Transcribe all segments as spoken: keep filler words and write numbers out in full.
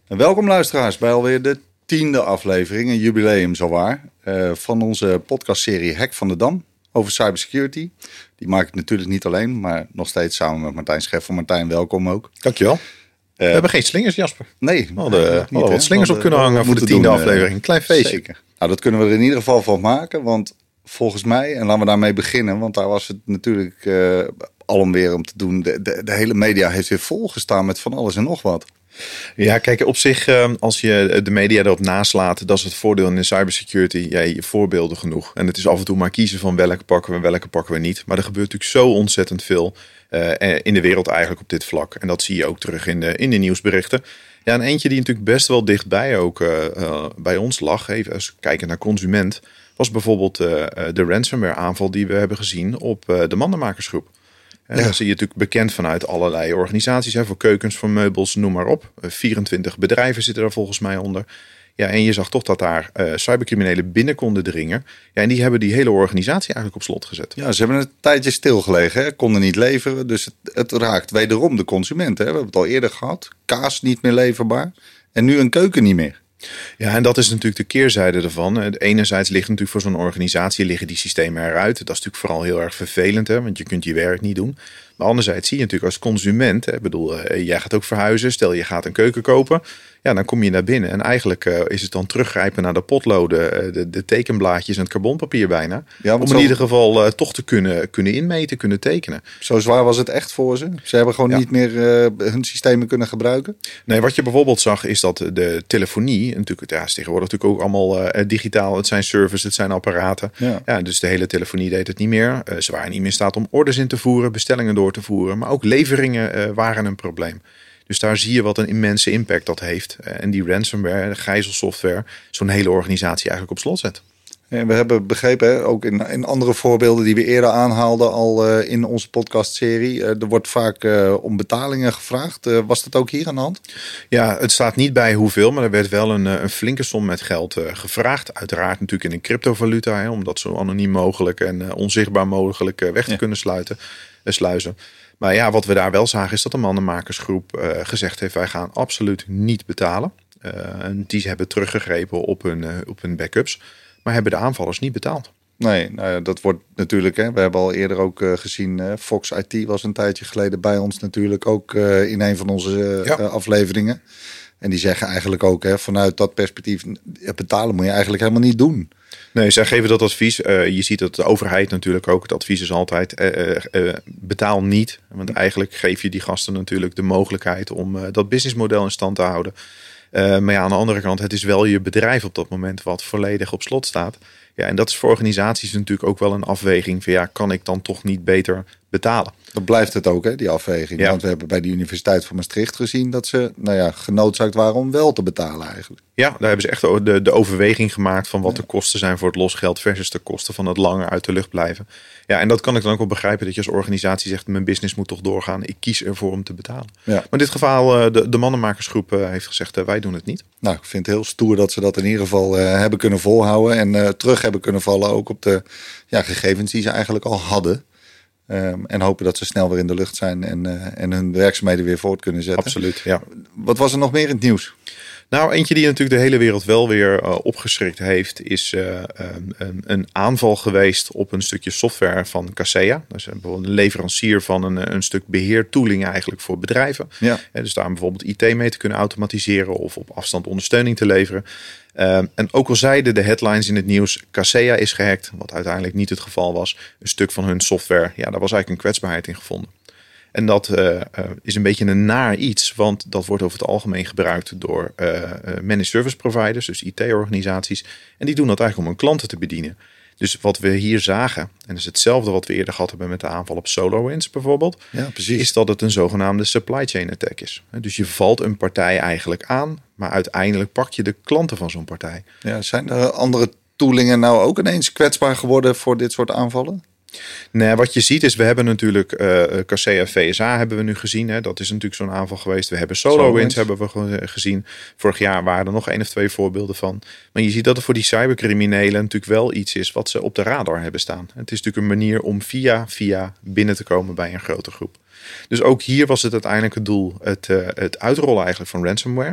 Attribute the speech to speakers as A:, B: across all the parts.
A: En welkom luisteraars bij alweer de tiende aflevering, een jubileum zowaar, uh, van onze podcastserie Hek van de Dam over cybersecurity. Die maak ik natuurlijk niet alleen, maar nog steeds samen met Martijn Scheffer. Martijn, welkom ook.
B: Dankjewel. Uh, we hebben geen slingers, Jasper.
A: Nee.
B: We hadden, we hadden wat slingers op kunnen hangen voor de tiende doen, aflevering. Een klein feestje.
A: Zeker. Nou, dat kunnen we er in ieder geval van maken, want volgens mij, en laten we daarmee beginnen, want daar was het natuurlijk uh, alom weer om te doen. De, de, de hele media heeft weer volgestaan met van alles en nog wat.
B: Ja, kijk, op zich, als je de media erop naslaat, dat is het voordeel in de cybersecurity. Ja, je voorbeelden genoeg. En het is af en toe maar kiezen van welke pakken we en welke pakken we niet. Maar er gebeurt natuurlijk zo ontzettend veel uh, in de wereld eigenlijk op dit vlak. En dat zie je ook terug in de, in de nieuwsberichten. Ja, en eentje die natuurlijk best wel dichtbij ook uh, uh, bij ons lag, even als kijken naar consument, was bijvoorbeeld uh, de ransomware aanval die we hebben gezien op uh, de Mandenmakersgroep. En ja. Dat zie je natuurlijk bekend vanuit allerlei organisaties. Hè, voor keukens, voor meubels, noem maar op. vierentwintig bedrijven zitten daar volgens mij onder. Ja, en je zag toch dat daar uh, cybercriminelen binnen konden dringen. Ja, en die hebben die hele organisatie eigenlijk op slot gezet.
A: Ja, ze hebben een tijdje stilgelegen. Hè? Konden niet leveren. Dus het, het raakt wederom de consument. Hè? We hebben het al eerder gehad. Kaas niet meer leverbaar. En nu een keuken niet meer.
B: Ja, en dat is natuurlijk de keerzijde ervan. Enerzijds ligt natuurlijk voor zo'n organisatie liggen die systemen eruit. Dat is natuurlijk vooral heel erg vervelend, hè, want je kunt je werk niet doen. Maar anderzijds zie je natuurlijk als consument, hè, bedoel, jij gaat ook verhuizen. Stel je gaat een keuken kopen. Ja, dan kom je naar binnen en eigenlijk uh, is het dan teruggrijpen naar de potloden, uh, de, de tekenblaadjes en het carbonpapier bijna. Ja, om in zo... ieder geval uh, toch te kunnen, kunnen inmeten, kunnen tekenen.
A: Zo zwaar was het echt voor ze? Ze hebben gewoon ja. niet meer uh, hun systemen kunnen gebruiken?
B: Nee, wat je bijvoorbeeld zag is dat de telefonie, natuurlijk, ja, is tegenwoordig natuurlijk ook allemaal uh, digitaal. Het zijn servers, het zijn apparaten. Ja. Ja, dus de hele telefonie deed het niet meer. Uh, ze waren niet meer in staat om orders in te voeren, bestellingen door te voeren. Maar ook leveringen uh, waren een probleem. Dus daar zie je wat een immense impact dat heeft. En die ransomware, de gijzelsoftware, zo'n hele organisatie eigenlijk op slot zet.
A: En we hebben begrepen, hè, ook in, in andere voorbeelden die we eerder aanhaalden al uh, in onze podcastserie. Uh, er wordt vaak uh, om betalingen gevraagd. Uh, was dat ook hier aan de hand?
B: Ja, het staat niet bij hoeveel, maar er werd wel een, een flinke som met geld uh, gevraagd. Uiteraard natuurlijk in een cryptovaluta, hè, om dat zo anoniem mogelijk en uh, onzichtbaar mogelijk uh, weg te ja. kunnen sluiten, uh, sluizen. Maar ja, wat we daar wel zagen is dat de Mandenmakersgroep uh, gezegd heeft, wij gaan absoluut niet betalen. Uh, en die hebben teruggegrepen op hun, uh, op hun backups, maar hebben de aanvallers niet betaald.
A: Nee, nou ja, dat wordt natuurlijk, hè, we hebben al eerder ook uh, gezien, uh, Fox I T was een tijdje geleden bij ons natuurlijk ook uh, in een van onze uh, ja. uh, afleveringen. En die zeggen eigenlijk ook, hè, vanuit dat perspectief, betalen moet je eigenlijk helemaal niet doen.
B: Nee, zij geven dat advies. Uh, je ziet dat de overheid natuurlijk ook, het advies is altijd uh, uh, uh, betaal niet. Want eigenlijk geef je die gasten natuurlijk de mogelijkheid om uh, dat businessmodel in stand te houden. Uh, maar ja, aan de andere kant, het is wel je bedrijf op dat moment wat volledig op slot staat. Ja, en dat is voor organisaties natuurlijk ook wel een afweging van ja, kan ik dan toch niet beter betalen?
A: Dat blijft het ook, hè, die afweging. Ja. Want we hebben bij de Universiteit van Maastricht gezien dat ze nou ja, genoodzaakt waren om wel te betalen eigenlijk.
B: Ja, daar hebben ze echt de, de overweging gemaakt van wat ja. de kosten zijn voor het losgeld versus de kosten van het langer uit de lucht blijven. Ja, en dat kan ik dan ook wel begrijpen dat je als organisatie zegt, mijn business moet toch doorgaan. Ik kies ervoor om te betalen. Ja. Maar in dit geval, de, de Mandenmakersgroep heeft gezegd, wij doen het niet.
A: Nou, ik vind het heel stoer dat ze dat in ieder geval uh, hebben kunnen volhouden en uh, terug hebben kunnen vallen ook op de ja, gegevens die ze eigenlijk al hadden. Um, en hopen dat ze snel weer in de lucht zijn en, uh, en hun werkzaamheden weer voort kunnen zetten.
B: Absoluut, ja.
A: Wat was er nog meer in het nieuws?
B: Nou, eentje die natuurlijk de hele wereld wel weer uh, opgeschrikt heeft, is uh, um, een aanval geweest op een stukje software van Kaseya. Dat is bijvoorbeeld een leverancier van een, een stuk beheertooling eigenlijk voor bedrijven. Ja. En dus daar bijvoorbeeld I T mee te kunnen automatiseren of op afstand ondersteuning te leveren. Uh, en ook al zeiden de headlines in het nieuws, Kaseya is gehackt, wat uiteindelijk niet het geval was. Een stuk van hun software, ja, daar was eigenlijk een kwetsbaarheid in gevonden. En dat uh, uh, is een beetje een naar iets, want dat wordt over het algemeen gebruikt door uh, uh, managed service providers, dus I T-organisaties. En die doen dat eigenlijk om hun klanten te bedienen. Dus wat we hier zagen, en dat is hetzelfde wat we eerder gehad hebben met de aanval op SolarWinds bijvoorbeeld,
A: ja, precies.
B: is dat het een zogenaamde supply chain attack is. Dus je valt een partij eigenlijk aan, maar uiteindelijk pak je de klanten van zo'n partij.
A: Ja, zijn er andere toolingen nou ook ineens kwetsbaar geworden voor dit soort aanvallen?
B: Nee, wat je ziet is, we hebben natuurlijk uh, Kaseya V S A hebben we nu gezien. Hè. Dat is natuurlijk zo'n aanval geweest. We hebben SolarWinds hebben we gezien. Vorig jaar waren er nog één of twee voorbeelden van. Maar je ziet dat het voor die cybercriminelen natuurlijk wel iets is wat ze op de radar hebben staan. Het is natuurlijk een manier om via via binnen te komen bij een grote groep. Dus ook hier was het uiteindelijk het doel het, uh, het uitrollen eigenlijk van ransomware.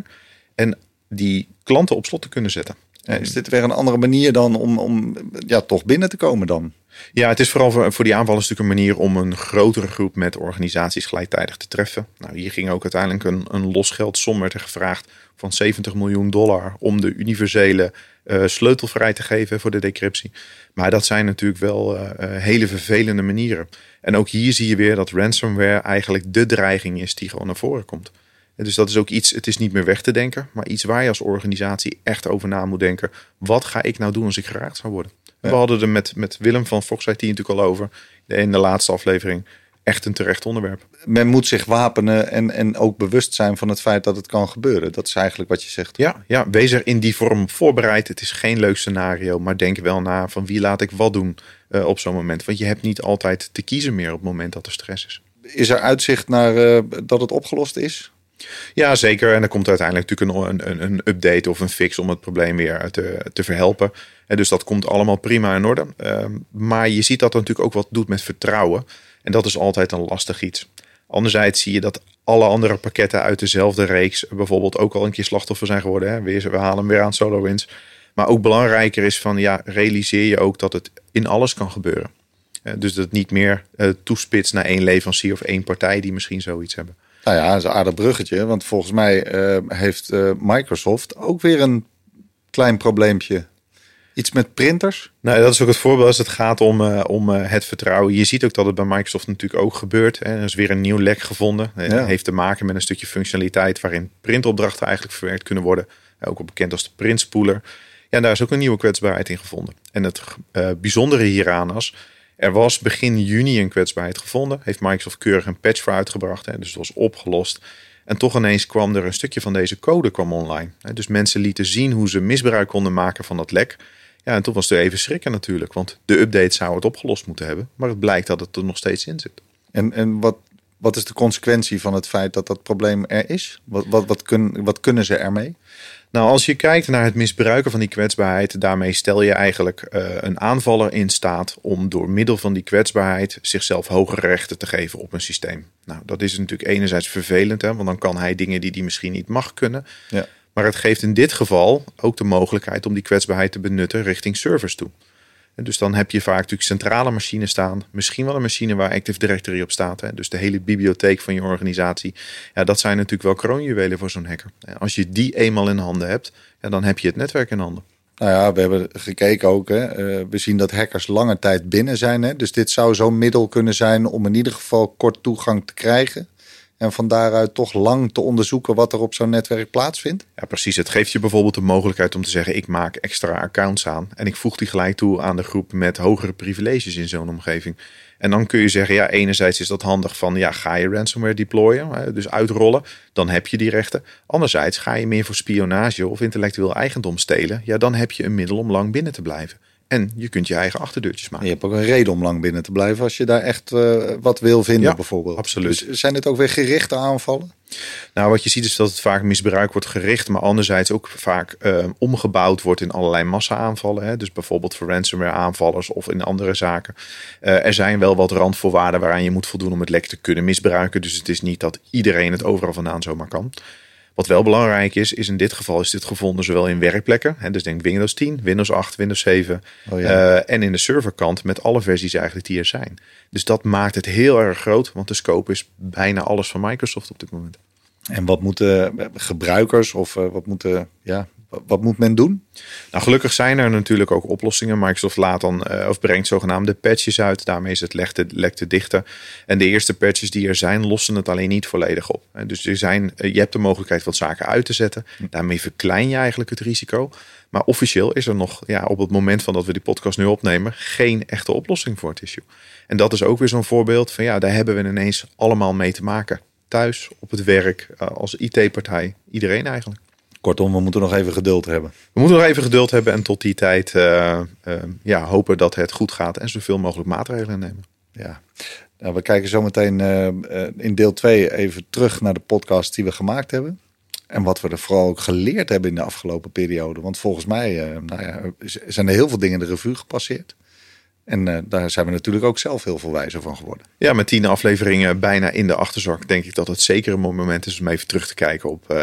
B: En die klanten op slot te kunnen zetten.
A: Ja, is dit weer een andere manier dan om, om ja, toch binnen te komen dan?
B: Ja, het is vooral voor, voor die aanvallers natuurlijk een manier om een grotere groep met organisaties gelijktijdig te treffen. Nou, hier ging ook uiteindelijk een, een losgeldsom werd er gevraagd van zeventig miljoen dollar om de universele uh, sleutel vrij te geven voor de decryptie. Maar dat zijn natuurlijk wel uh, hele vervelende manieren. En ook hier zie je weer dat ransomware eigenlijk de dreiging is die gewoon naar voren komt. Dus dat is ook iets, het is niet meer weg te denken, maar iets waar je als organisatie echt over na moet denken. Wat ga ik nou doen als ik geraakt zou worden? Ja. We hadden er met, met Willem van Fox I T natuurlijk al over in de laatste aflevering. Echt een terecht onderwerp.
A: Men moet zich wapenen en, en ook bewust zijn van het feit dat het kan gebeuren. Dat is eigenlijk wat je zegt.
B: Ja, ja, wees er in die vorm voorbereid. Het is geen leuk scenario, maar denk wel na van wie laat ik wat doen uh, op zo'n moment. Want je hebt niet altijd te kiezen meer op het moment dat er stress is.
A: Is er uitzicht naar uh, dat het opgelost is?
B: Ja, zeker. En er komt uiteindelijk natuurlijk een, een, een update of een fix om het probleem weer te, te verhelpen. En dus dat komt allemaal prima in orde. Uh, maar je ziet dat het natuurlijk ook wat doet met vertrouwen. En dat is altijd een lastig iets. Anderzijds zie je dat alle andere pakketten uit dezelfde reeks bijvoorbeeld ook al een keer slachtoffer zijn geworden. Hè? We, we halen hem weer aan SolarWinds. Maar ook belangrijker is van ja, realiseer je ook dat het in alles kan gebeuren. Uh, dus dat het niet meer uh, toespitst naar één leverancier of één partij die misschien zoiets hebben.
A: Nou ja, dat is een aardig bruggetje. Want volgens mij uh, heeft uh, Microsoft ook weer een klein probleempje. Iets met printers?
B: Nou, dat is ook het voorbeeld als het gaat om, uh, om uh, het vertrouwen. Je ziet ook dat het bij Microsoft natuurlijk ook gebeurt. Hè. Er is weer een nieuw lek gevonden. Het ja. heeft te maken met een stukje functionaliteit waarin printopdrachten eigenlijk verwerkt kunnen worden. Ook al bekend als de printspoeler. Ja, en daar is ook een nieuwe kwetsbaarheid in gevonden. En het uh, bijzondere hieraan was, er was begin juni een kwetsbaarheid gevonden. Heeft Microsoft keurig een patch voor uitgebracht. Hè. Dus het was opgelost. En toch ineens kwam er een stukje van deze code kwam online. Hè. Dus mensen lieten zien hoe ze misbruik konden maken van dat lek. Ja, en toen was het even schrikken natuurlijk. Want de update zou het opgelost moeten hebben. Maar het blijkt dat het er nog steeds in zit.
A: En, en wat, wat is de consequentie van het feit dat dat probleem er is? Wat, wat, wat, kun, wat kunnen ze ermee?
B: Nou, als je kijkt naar het misbruiken van die kwetsbaarheid, daarmee stel je eigenlijk uh, een aanvaller in staat om door middel van die kwetsbaarheid zichzelf hogere rechten te geven op een systeem. Nou, dat is natuurlijk enerzijds vervelend, hè, want dan kan hij dingen die hij misschien niet mag kunnen. Ja. Maar het geeft in dit geval ook de mogelijkheid om die kwetsbaarheid te benutten richting servers toe. En dus dan heb je vaak natuurlijk centrale machines staan. Misschien wel een machine waar Active Directory op staat. Hè? Dus de hele bibliotheek van je organisatie. Ja, dat zijn natuurlijk wel kroonjuwelen voor zo'n hacker. Als je die eenmaal in handen hebt, ja, dan heb je het netwerk in handen.
A: Nou ja, we hebben gekeken ook. Hè. Uh, we zien dat hackers lange tijd binnen zijn. Hè. Dus dit zou zo'n middel kunnen zijn om in ieder geval kort toegang te krijgen. En van daaruit toch lang te onderzoeken wat er op zo'n netwerk plaatsvindt?
B: Ja, precies. Het geeft je bijvoorbeeld de mogelijkheid om te zeggen, ik maak extra accounts aan. En ik voeg die gelijk toe aan de groep met hogere privileges in zo'n omgeving. En dan kun je zeggen, ja, enerzijds is dat handig van, ja, ga je ransomware deployen, dus uitrollen, dan heb je die rechten. Anderzijds ga je meer voor spionage of intellectueel eigendom stelen, ja, dan heb je een middel om lang binnen te blijven. En je kunt je eigen achterdeurtjes maken.
A: Je hebt ook een reden om lang binnen te blijven als je daar echt uh, wat wil vinden, ja, bijvoorbeeld.
B: Absoluut.
A: Dus zijn het ook weer gerichte aanvallen?
B: Nou, wat je ziet is dat het vaak misbruik wordt gericht, maar anderzijds ook vaak uh, omgebouwd wordt in allerlei massa-aanvallen. Hè? Dus bijvoorbeeld voor ransomware-aanvallers of in andere zaken. Uh, er zijn wel wat randvoorwaarden waaraan je moet voldoen om het lek te kunnen misbruiken. Dus het is niet dat iedereen het overal vandaan zomaar kan. Wat wel belangrijk is, is in dit geval is dit gevonden zowel in werkplekken. Hè, dus denk Windows tien, Windows acht, Windows zeven. Oh ja. uh, en in de serverkant met alle versies eigenlijk die er zijn. Dus dat maakt het heel erg groot. Want de scope is bijna alles van Microsoft op dit moment.
A: En wat moeten gebruikers of uh, wat moeten... Ja, wat moet men doen?
B: Nou, gelukkig zijn er natuurlijk ook oplossingen. Microsoft laat dan, uh, of brengt zogenaamde patches uit. Daarmee is het lek te, lek te dichten. En de eerste patches die er zijn, lossen het alleen niet volledig op. Dus er zijn, je hebt de mogelijkheid wat zaken uit te zetten. Daarmee verklein je eigenlijk het risico. Maar officieel is er nog, ja, op het moment van dat we die podcast nu opnemen, geen echte oplossing voor het issue. En dat is ook weer zo'n voorbeeld van, ja, daar hebben we ineens allemaal mee te maken. Thuis, op het werk, als I T-partij, iedereen eigenlijk.
A: Kortom, we moeten nog even geduld hebben.
B: We moeten nog even geduld hebben en tot die tijd uh, uh, ja, hopen dat het goed gaat en zoveel mogelijk maatregelen nemen.
A: Ja, nou, we kijken zo meteen uh, uh, in deel twee even terug naar de podcast die we gemaakt hebben. En wat we er vooral ook geleerd hebben in de afgelopen periode. Want volgens mij uh, nou ja, zijn er heel veel dingen de revue gepasseerd. En uh, daar zijn we natuurlijk ook zelf heel veel wijzer van geworden.
B: Ja, met tien afleveringen bijna in de achterzak denk ik dat het zeker een moment is om even terug te kijken op, uh,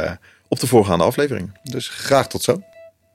B: op de voorgaande afleveringen.
A: Dus graag tot zo.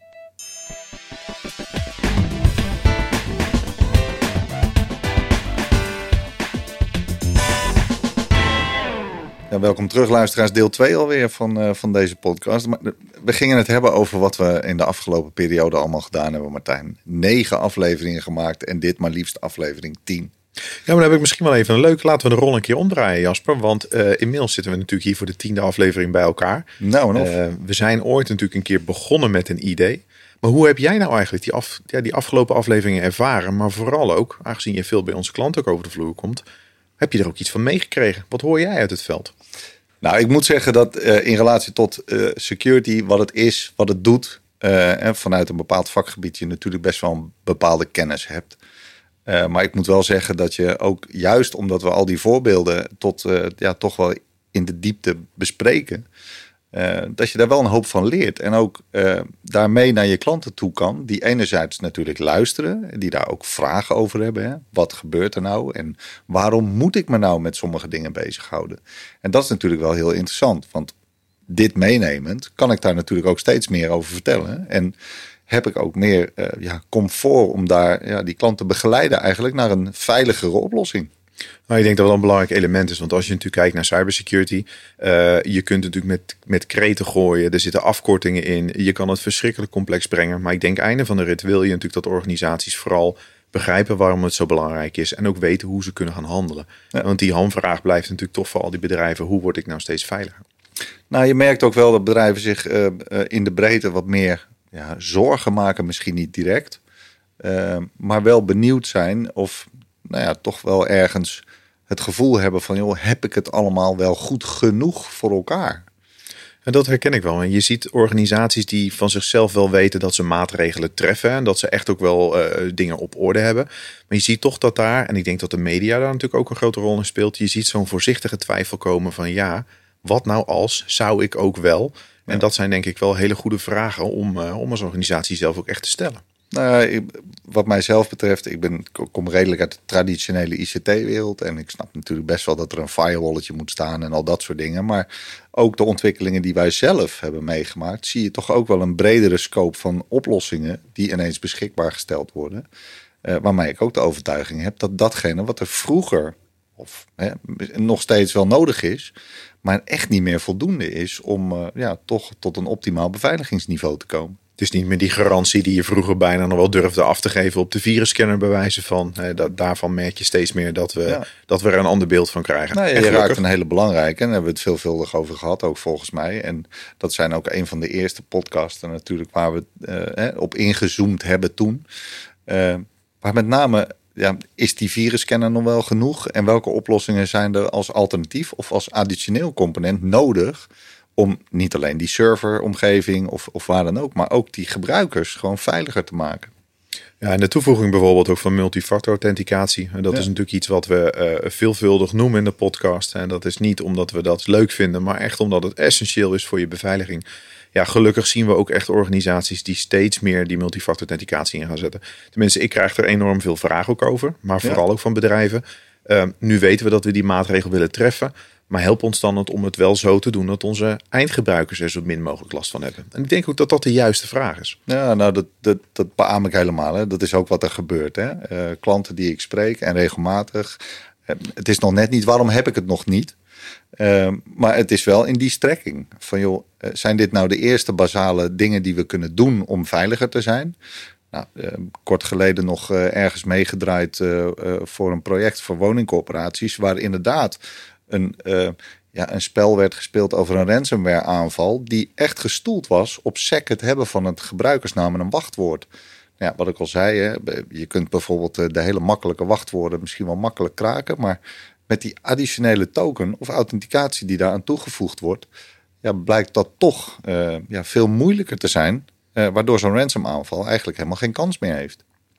A: Ja, welkom terug, luisteraars. Deel twee alweer van, uh, van deze podcast. Maar we gingen het hebben over wat we in de afgelopen periode allemaal gedaan hebben, Martijn. Negen afleveringen gemaakt en dit maar liefst aflevering tien.
B: Ja, maar dan heb ik misschien wel even een leuk. Laten we de rol een keer omdraaien, Jasper. Want uh, inmiddels zitten we natuurlijk hier voor de tiende aflevering bij elkaar.
A: Nou en of.
B: Uh, we zijn ooit natuurlijk een keer begonnen met een idee. Maar hoe heb jij nou eigenlijk die, af, ja, die afgelopen afleveringen ervaren? Maar vooral ook, aangezien je veel bij onze klanten ook over de vloer komt, heb je er ook iets van meegekregen? Wat hoor jij uit het veld?
A: Nou, ik moet zeggen dat uh, in relatie tot uh, security, wat het is, wat het doet, uh, en vanuit een bepaald vakgebied je natuurlijk best wel een bepaalde kennis hebt. Uh, maar ik moet wel zeggen dat je ook juist omdat we al die voorbeelden tot uh, ja, toch wel in de diepte bespreken, Uh, dat je daar wel een hoop van leert. En ook uh, daarmee naar je klanten toe kan. Die enerzijds natuurlijk luisteren. Die daar ook vragen over hebben. Hè? Wat gebeurt er nou? En waarom moet ik me nou met sommige dingen bezighouden? En dat is natuurlijk wel heel interessant. Want dit meenemend kan ik daar natuurlijk ook steeds meer over vertellen. En heb ik ook meer uh, ja, comfort om daar ja, die klant te begeleiden eigenlijk naar een veiligere oplossing.
B: Nou, ik denk dat dat een belangrijk element is. Want als je natuurlijk kijkt naar cybersecurity, uh, je kunt natuurlijk met, met kreten gooien. Er zitten afkortingen in. Je kan het verschrikkelijk complex brengen. Maar ik denk einde van de rit wil je natuurlijk dat organisaties vooral begrijpen waarom het zo belangrijk is. En ook weten hoe ze kunnen gaan handelen. Ja. Want die hamvraag blijft natuurlijk toch voor al die bedrijven. Hoe word ik nou steeds veiliger?
A: Nou, je merkt ook wel dat bedrijven zich uh, uh, in de breedte wat meer ja, zorgen maken. Misschien niet direct. Uh, maar wel benieuwd zijn of nou ja, toch wel ergens het gevoel hebben van, joh, heb ik het allemaal wel goed genoeg voor elkaar?
B: En dat herken ik wel. En je ziet organisaties die van zichzelf wel weten dat ze maatregelen treffen. En dat ze echt ook wel uh, dingen op orde hebben. Maar je ziet toch dat daar, en ik denk dat de media daar natuurlijk ook een grote rol in speelt. Je ziet zo'n voorzichtige twijfel komen van, ja, wat nou als, zou ik ook wel? En ja. dat zijn denk ik wel hele goede vragen om, uh, om als organisatie zelf ook echt te stellen.
A: Nou, wat mijzelf betreft, ik ben, kom redelijk uit de traditionele I C T-wereld. En ik snap natuurlijk best wel dat er een firewalletje moet staan en al dat soort dingen. Maar ook de ontwikkelingen die wij zelf hebben meegemaakt, zie je toch ook wel een bredere scope van oplossingen die ineens beschikbaar gesteld worden. Uh, waarmee ik ook de overtuiging heb dat datgene wat er vroeger, of hè, nog steeds wel nodig is, maar echt niet meer voldoende is om uh, ja, toch tot een optimaal beveiligingsniveau te komen.
B: Het is niet meer die garantie die je vroeger bijna nog wel durfde af te geven op de virusscanner bij wijze van. Hè, dat, daarvan merk je steeds meer dat we, ja. dat we er een ander beeld van krijgen.
A: Nou, je je raakt een hele belangrijke en daar hebben we het veelvuldig over gehad ook volgens mij. En dat zijn ook een van de eerste podcasten natuurlijk waar we uh, op ingezoomd hebben toen. Uh, maar met name, ja, is die virusscanner nog wel genoeg? En welke oplossingen zijn er als alternatief of als additioneel component nodig om niet alleen die serveromgeving of, of waar dan ook, maar ook die gebruikers gewoon veiliger te maken?
B: Ja, en de toevoeging bijvoorbeeld ook van multifactor authenticatie. En dat ja. is natuurlijk iets wat we uh, veelvuldig noemen in de podcast. En dat is niet omdat we dat leuk vinden, maar echt omdat het essentieel is voor je beveiliging. Ja, gelukkig zien we ook echt organisaties die steeds meer die multifactor authenticatie in gaan zetten. Tenminste, ik krijg er enorm veel vragen ook over, maar vooral ja. ook van bedrijven. Uh, nu weten we dat we die maatregel willen treffen. Maar help ons dan om het wel zo te doen dat onze eindgebruikers er zo min mogelijk last van hebben. En ik denk ook dat dat de juiste vraag is.
A: Ja, nou dat, dat, dat beaam ik helemaal. Hè. Dat is ook wat er gebeurt. Hè. Uh, klanten die ik spreek en regelmatig. Uh, het is nog net niet, waarom heb ik het nog niet? Uh, maar het is wel in die strekking. Van joh, uh, zijn dit nou de eerste basale dingen die we kunnen doen om veiliger te zijn? Nou, uh, kort geleden nog uh, ergens meegedraaid uh, uh, voor een project voor woningcorporaties, waar inderdaad Een, uh, ja, een spel werd gespeeld over een ransomware aanval die echt gestoeld was op sec het hebben van het gebruikersnaam en een wachtwoord. Nou ja, wat ik al zei, hè, je kunt bijvoorbeeld de hele makkelijke wachtwoorden misschien wel makkelijk kraken, maar met die additionele token of authenticatie die daaraan toegevoegd wordt, ja, blijkt dat toch uh, ja, veel moeilijker te zijn, uh, waardoor zo'n ransom aanval eigenlijk helemaal geen kans meer heeft.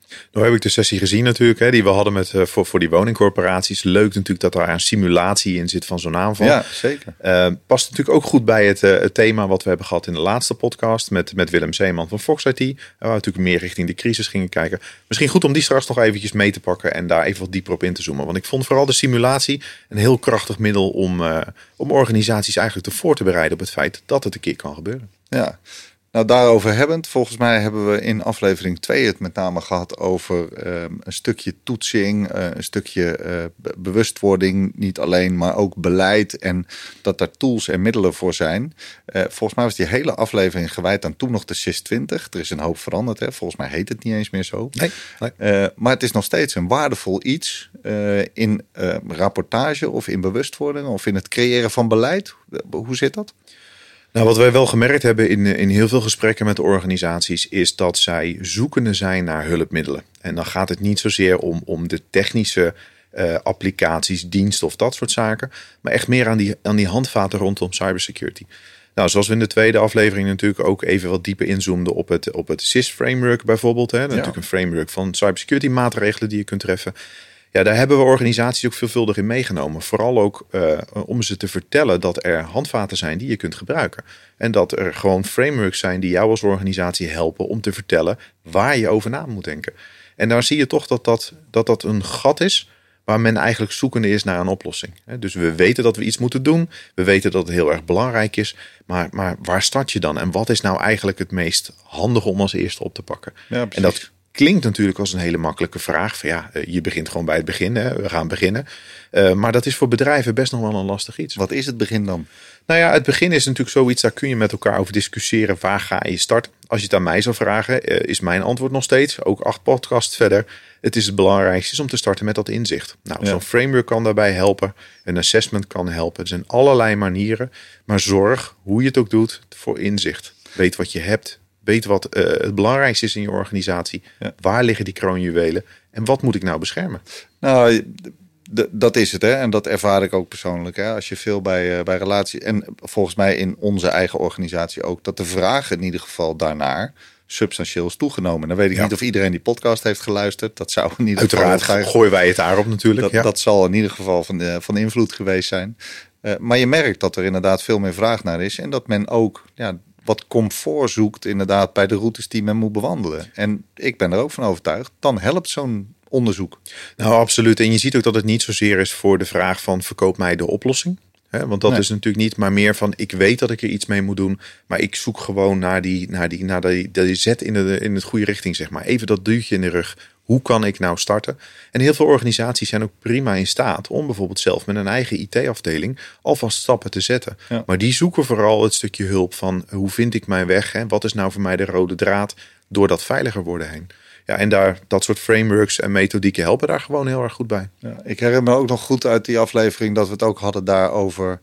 B: Nou heb ik de sessie gezien natuurlijk, hè, die we hadden met, uh, voor, voor die woningcorporaties. Leuk natuurlijk dat daar een simulatie in zit van zo'n aanval.
A: Ja, zeker.
B: Uh, past natuurlijk ook goed bij het, uh, het thema wat we hebben gehad in de laatste podcast met, met Willem Zeeman van Fox I T. Waar we natuurlijk meer richting de crisis gingen kijken. Misschien goed om die straks nog eventjes mee te pakken en daar even wat dieper op in te zoomen. Want ik vond vooral de simulatie een heel krachtig middel om, uh, om organisaties eigenlijk te voor te bereiden op het feit dat het een keer kan gebeuren.
A: Ja. Nou, daarover hebbend, volgens mij hebben we in aflevering twee het met name gehad over um, een stukje toetsing, uh, een stukje uh, bewustwording, niet alleen, maar ook beleid en dat daar tools en middelen voor zijn. Uh, volgens mij was die hele aflevering gewijd aan toen nog de C I S twintig. Er is een hoop veranderd, hè? Volgens mij heet het niet eens meer zo.
B: Nee, nee.
A: Uh, maar het is nog steeds een waardevol iets uh, in uh, rapportage of in bewustwording of in het creëren van beleid. Hoe zit dat?
B: Nou, wat wij wel gemerkt hebben in, in heel veel gesprekken met de organisaties is dat zij zoekende zijn naar hulpmiddelen. En dan gaat het niet zozeer om, om de technische uh, applicaties, diensten of dat soort zaken, maar echt meer aan die, aan die handvaten rondom cybersecurity. Nou, zoals we in de tweede aflevering natuurlijk ook even wat dieper inzoomden op het, op het C I S-framework bijvoorbeeld. Hè. Ja. Natuurlijk een framework van cybersecurity maatregelen die je kunt treffen. Ja, daar hebben we organisaties ook veelvuldig in meegenomen. Vooral ook uh, om ze te vertellen dat er handvaten zijn die je kunt gebruiken. En dat er gewoon frameworks zijn die jou als organisatie helpen om te vertellen waar je over na moet denken. En daar zie je toch dat dat, dat, dat een gat is waar men eigenlijk zoekende is naar een oplossing. Dus we weten dat we iets moeten doen. We weten dat het heel erg belangrijk is. Maar, maar waar start je dan? En wat is nou eigenlijk het meest handige om als eerste op te pakken?
A: Ja,
B: en dat klinkt natuurlijk als een hele makkelijke vraag. Van ja, je begint gewoon bij het begin. Hè? We gaan beginnen. Uh, maar dat is voor bedrijven best nog wel een lastig iets.
A: Wat is het begin dan?
B: Nou ja, het begin is natuurlijk zoiets. Daar kun je met elkaar over discussiëren. Waar ga je starten? Als je het aan mij zou vragen, uh, is mijn antwoord nog steeds, ook acht podcasts verder, het is het belangrijkste is om te starten met dat inzicht. Nou, ja. Zo'n framework kan daarbij helpen. Een assessment kan helpen. Er zijn allerlei manieren. Maar zorg, hoe je het ook doet, voor inzicht. Weet wat je hebt. Weet wat uh, het belangrijkste is in je organisatie. Ja. Waar liggen die kroonjuwelen? En wat moet ik nou beschermen?
A: Nou, d- dat is het. Hè? En dat ervaar ik ook persoonlijk. Hè? Als je veel bij, uh, bij relaties... En volgens mij in onze eigen organisatie ook. Dat de vraag in ieder geval daarnaar substantieel is toegenomen. Dan weet ik ja. niet of iedereen die podcast heeft geluisterd. Dat zou in ieder
B: Uiteraard
A: geval...
B: Uiteraard gooien wij het daarop natuurlijk.
A: Dat,
B: ja.
A: dat zal in ieder geval van, de, van invloed geweest zijn. Uh, maar je merkt dat er inderdaad veel meer vraag naar is. En dat men ook... Ja, wat comfort zoekt inderdaad bij de routes die men moet bewandelen. En ik ben er ook van overtuigd, dan helpt zo'n onderzoek.
B: Nou, absoluut. En je ziet ook dat het niet zozeer is voor de vraag van verkoop mij de oplossing. He, want dat nee. is natuurlijk niet, maar meer van ik weet dat ik er iets mee moet doen, maar ik zoek gewoon naar die, naar die, naar die, die zet in de, in het goede richting, zeg maar. Even dat duwtje in de rug. Hoe kan ik nou starten? En heel veel organisaties zijn ook prima in staat om bijvoorbeeld zelf met een eigen I T-afdeling alvast stappen te zetten. Ja. Maar die zoeken vooral het stukje hulp van hoe vind ik mijn weg? Hè? Wat is nou voor mij de rode draad door dat veiliger worden heen? Ja, en daar, dat soort frameworks en methodieken helpen daar gewoon heel erg goed bij.
A: Ja, ik herinner me ook nog goed uit die aflevering dat we het ook hadden daarover.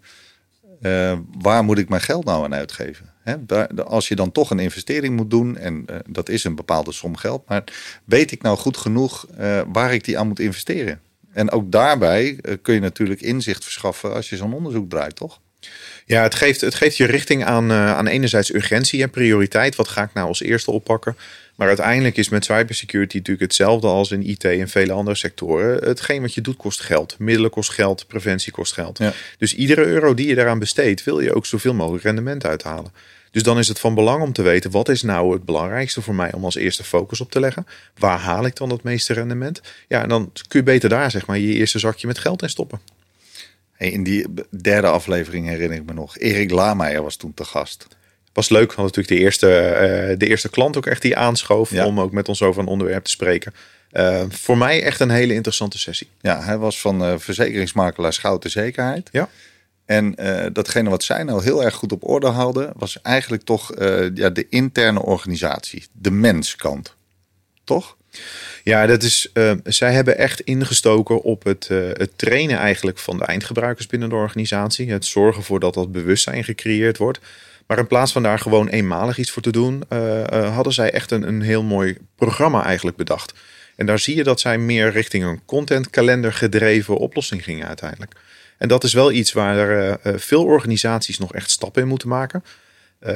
A: Uh, waar moet ik mijn geld nou aan uitgeven? He, daar, als je dan toch een investering moet doen, en uh, dat is een bepaalde som geld, maar weet ik nou goed genoeg uh, waar ik die aan moet investeren? En ook daarbij uh, kun je natuurlijk inzicht verschaffen als je zo'n onderzoek draait, toch?
B: Ja, het geeft, het geeft je richting aan, uh, aan enerzijds urgentie en prioriteit. Wat ga ik nou als eerste oppakken? Maar uiteindelijk is met cybersecurity natuurlijk hetzelfde als in I T en vele andere sectoren. Hetgeen wat je doet kost geld. Middelen kost geld, preventie kost geld. Ja. Dus iedere euro die je daaraan besteedt, wil je ook zoveel mogelijk rendement uithalen. Dus dan is het van belang om te weten, wat is nou het belangrijkste voor mij om als eerste focus op te leggen? Waar haal ik dan het meeste rendement? Ja, en dan kun je beter daar zeg maar je eerste zakje met geld in stoppen.
A: Hey, in die derde aflevering herinner ik me nog. Erik Laameijer was toen te gast.
B: Was leuk, want natuurlijk de eerste, uh, de eerste klant ook echt die aanschoof ja. om ook met ons over een onderwerp te spreken. Uh, voor mij echt een hele interessante sessie.
A: Ja, hij was van uh, verzekeringsmakelaar Schouten Zekerheid. Ja. En uh, datgene wat zij nou heel erg goed op orde hadden, was eigenlijk toch uh, ja, de interne organisatie. De menskant. Toch?
B: Ja, dat is. Uh, zij hebben echt ingestoken op het, uh, het trainen eigenlijk van de eindgebruikers binnen de organisatie. Het zorgen ervoor dat dat bewustzijn gecreëerd wordt. Maar in plaats van daar gewoon eenmalig iets voor te doen, uh, uh, hadden zij echt een, een heel mooi programma eigenlijk bedacht. En daar zie je dat zij meer richting een contentkalender gedreven oplossing gingen uiteindelijk. En dat is wel iets waar er, uh, veel organisaties nog echt stappen in moeten maken. Um,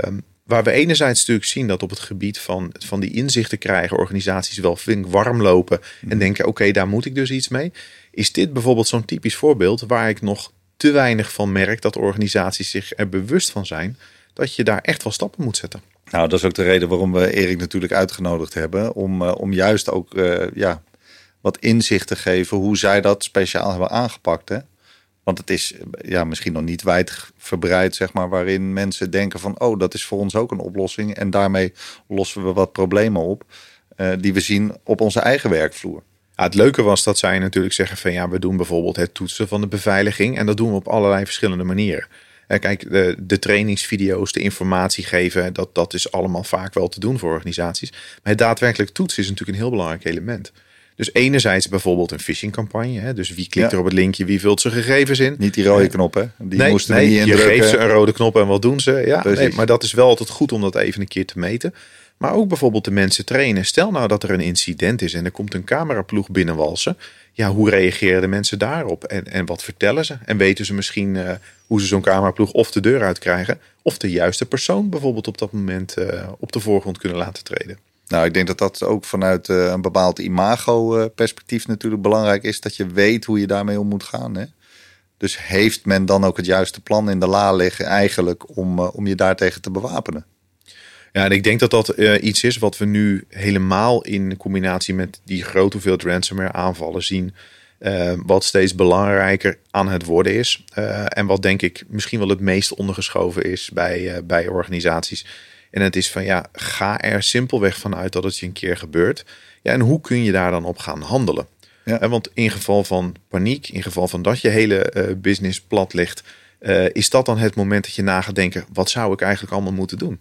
B: waar we enerzijds natuurlijk zien dat op het gebied van, van die inzichten krijgen, organisaties wel flink warm lopen en mm. denken, oké, okay, daar moet ik dus iets mee. Is dit bijvoorbeeld zo'n typisch voorbeeld waar ik nog te weinig van merk dat organisaties zich er bewust van zijn dat je daar echt wel stappen moet zetten.
A: Nou, dat is ook de reden waarom we Erik natuurlijk uitgenodigd hebben. Om, uh, om juist ook uh, ja, wat inzicht te geven hoe zij dat speciaal hebben aangepakt. Hè? Want het is ja, misschien nog niet wijdverbreid, zeg maar, waarin mensen denken van, oh, dat is voor ons ook een oplossing. En daarmee lossen we wat problemen op uh, die we zien op onze eigen werkvloer.
B: Ja, het leuke was dat zij natuurlijk zeggen van ja, we doen bijvoorbeeld het toetsen van de beveiliging. En dat doen we op allerlei verschillende manieren. Kijk, de, de trainingsvideo's, de informatie geven, dat, dat is allemaal vaak wel te doen voor organisaties. Maar het daadwerkelijk toetsen is natuurlijk een heel belangrijk element. Dus enerzijds bijvoorbeeld een phishingcampagne. Hè? Dus wie klikt ja. er op het linkje, wie vult zijn gegevens in.
A: Niet die rode knop, hè? Die
B: nee,
A: moesten
B: nee,
A: we niet indrukken.
B: Je geeft ze een rode knop en wat doen ze? Ja, nee, maar dat is wel altijd goed om dat even een keer te meten. Maar ook bijvoorbeeld de mensen trainen. Stel nou dat er een incident is en er komt een cameraploeg binnenwalsen. Ja, hoe reageren de mensen daarop? En, en wat vertellen ze? En weten ze misschien uh, hoe ze zo'n cameraploeg of de deur uitkrijgen, of de juiste persoon bijvoorbeeld op dat moment uh, op de voorgrond kunnen laten treden?
A: Nou, ik denk dat dat ook vanuit uh, een bepaald imago-perspectief natuurlijk belangrijk is. Dat je weet hoe je daarmee om moet gaan. Hè? Dus heeft men dan ook het juiste plan in de la liggen eigenlijk om, uh, om je daartegen te bewapenen?
B: Ja, en ik denk dat dat uh, iets is wat we nu helemaal in combinatie met die grote hoeveelheid ransomware aanvallen zien. Uh, wat steeds belangrijker aan het worden is. Uh, en wat denk ik misschien wel het meest ondergeschoven is bij, uh, bij organisaties. En het is van ja, ga er simpelweg vanuit dat het je een keer gebeurt. Ja, en hoe kun je daar dan op gaan handelen? Ja. Uh, want in geval van paniek, in geval van dat je hele uh, business plat ligt, uh, is dat dan het moment dat je na gaat denken, wat zou ik eigenlijk allemaal moeten doen?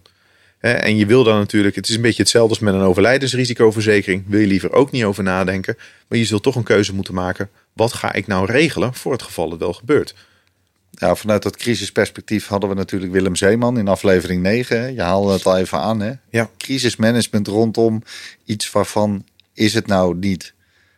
B: En je wil dan natuurlijk, het is een beetje hetzelfde als met een overlijdensrisicoverzekering. Wil je liever ook niet over nadenken. Maar je zult toch een keuze moeten maken. Wat ga ik nou regelen voor het geval het wel gebeurt?
A: Ja, vanuit dat crisisperspectief hadden we natuurlijk Willem Zeeman in aflevering negen. Je haalde het al even aan. Hè?
B: Ja.
A: Crisismanagement rondom iets waarvan is het nou niet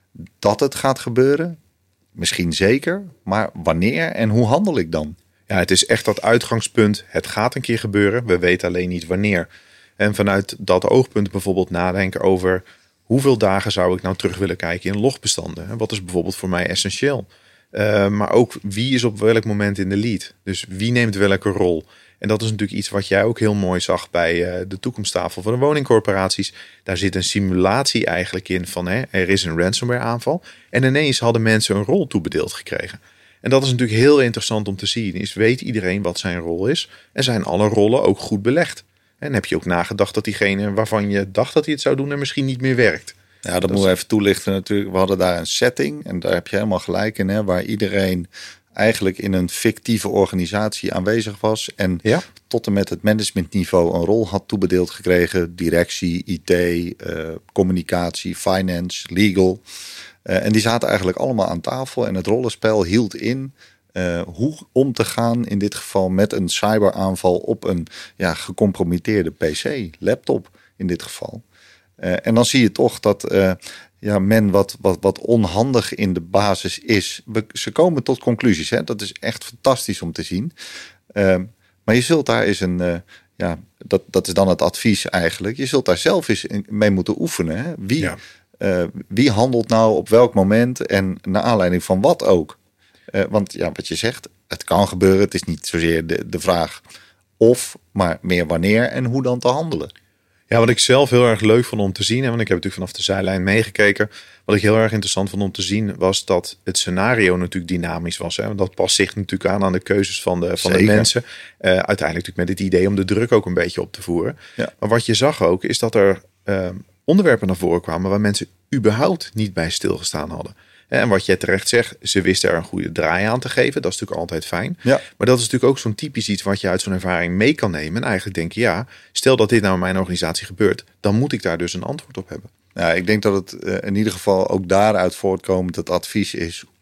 A: dat het gaat gebeuren? Misschien zeker. Maar wanneer en hoe handel ik dan?
B: Ja, het is echt dat uitgangspunt. Het gaat een keer gebeuren. We weten alleen niet wanneer. En vanuit dat oogpunt bijvoorbeeld nadenken over hoeveel dagen zou ik nou terug willen kijken in logbestanden. Wat is bijvoorbeeld voor mij essentieel? Uh, maar ook wie is op welk moment in de lead? Dus wie neemt welke rol? En dat is natuurlijk iets wat jij ook heel mooi zag bij uh, de toekomsttafel van de woningcorporaties. Daar zit een simulatie eigenlijk in van hè, er is een ransomware aanval. En ineens hadden mensen een rol toebedeeld gekregen. En dat is natuurlijk heel interessant om te zien. Is weet iedereen wat zijn rol is? En zijn alle rollen ook goed belegd? En heb je ook nagedacht dat diegene waarvan je dacht dat hij het zou doen er misschien niet meer werkt?
A: Ja, dat, dat moeten we even toelichten natuurlijk. We hadden daar een setting en daar heb je helemaal gelijk in. Hè, waar iedereen eigenlijk in een fictieve organisatie aanwezig was. En ja? tot en met het managementniveau een rol had toebedeeld gekregen. Directie, I T, uh, communicatie, finance, legal. Uh, en die zaten eigenlijk allemaal aan tafel. En het rollenspel hield in uh, hoe om te gaan in dit geval met een cyberaanval op een ja, gecompromitteerde P C, laptop in dit geval. Uh, en dan zie je toch dat uh, ja, men wat, wat, wat onhandig in de basis is. We, ze komen tot conclusies. Hè? Dat is echt fantastisch om te zien. Uh, maar je zult daar eens een... Uh, ja, dat, dat is dan het advies eigenlijk. Je zult daar zelf eens mee moeten oefenen. Hè? Wie, ja. uh, wie handelt nou op welk moment en naar aanleiding van wat ook? Uh, want ja, wat je zegt, het kan gebeuren. Het is niet zozeer de, de vraag of, maar meer wanneer en hoe dan te handelen.
B: Ja, wat ik zelf heel erg leuk vond om te zien, en want ik heb natuurlijk vanaf de zijlijn meegekeken. Wat ik heel erg interessant vond om te zien, was dat het scenario natuurlijk dynamisch was. Hè? Want dat past zich natuurlijk aan aan de keuzes van de, van de mensen. Uh, uiteindelijk natuurlijk met het idee om de druk ook een beetje op te voeren. Ja. Maar wat je zag ook, is dat er uh, onderwerpen naar voren kwamen waar mensen überhaupt niet bij stilgestaan hadden. En wat jij terecht zegt, ze wisten er een goede draai aan te geven. Dat is natuurlijk altijd fijn. Ja. Maar dat is natuurlijk ook zo'n typisch iets wat je uit zo'n ervaring mee kan nemen. En eigenlijk denk je, ja, stel dat dit nou in mijn organisatie gebeurt, dan moet ik daar dus een antwoord op hebben.
A: Ja, ik denk dat het uh, in ieder geval ook daaruit voortkomend het advies is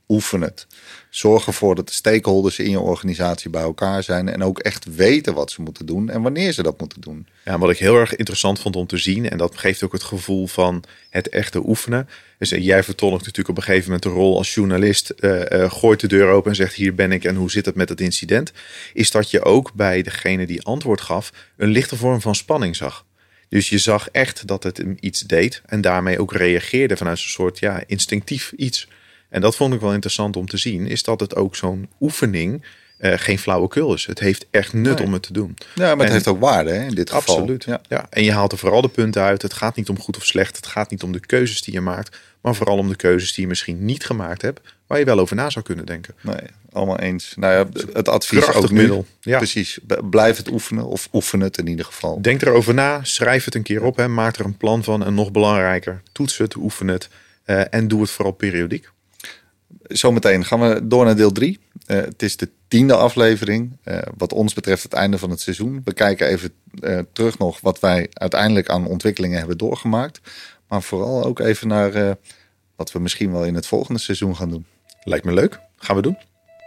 A: oefen het. Zorg ervoor dat de stakeholders in je organisatie bij elkaar zijn en ook echt weten wat ze moeten doen en wanneer ze dat moeten doen.
B: Ja, wat ik heel erg interessant vond om te zien, en dat geeft ook het gevoel van het echte oefenen. Dus jij vertolkt natuurlijk op een gegeven moment de rol als journalist, uh, uh, gooit de deur open en zegt hier ben ik en hoe zit het met het incident. Is dat je ook bij degene die antwoord gaf een lichte vorm van spanning zag. Dus je zag echt dat het hem iets deed en daarmee ook reageerde vanuit een soort ja, instinctief iets. En dat vond ik wel interessant om te zien, is dat het ook zo'n oefening uh, geen flauwekul is. Het heeft echt nut nee. om het te doen.
A: Ja, maar het en, heeft ook waarde hè, in dit geval.
B: Absoluut. Ja. Ja. En je haalt er vooral de punten uit. Het gaat niet om goed of slecht. Het gaat niet om de keuzes die je maakt. Maar vooral om de keuzes die je misschien niet gemaakt hebt. Waar je wel over na zou kunnen denken.
A: Nee, allemaal eens. Nou ja, het advies
B: Krachtig
A: ook nu.
B: middel. Ja.
A: Precies. Blijf het oefenen of oefen het in ieder geval.
B: Denk erover na. Schrijf het een keer op. Hè. Maak er een plan van. En nog belangrijker, toets het, oefen het. Uh, en doe het vooral periodiek.
A: Zometeen gaan we door naar deel drie. Uh, het is de tiende aflevering. Uh, wat ons betreft het einde van het seizoen. We kijken even uh, terug nog wat wij uiteindelijk aan ontwikkelingen hebben doorgemaakt. Maar vooral ook even naar uh, wat we misschien wel in het volgende seizoen gaan doen.
B: Lijkt me leuk. Gaan we doen.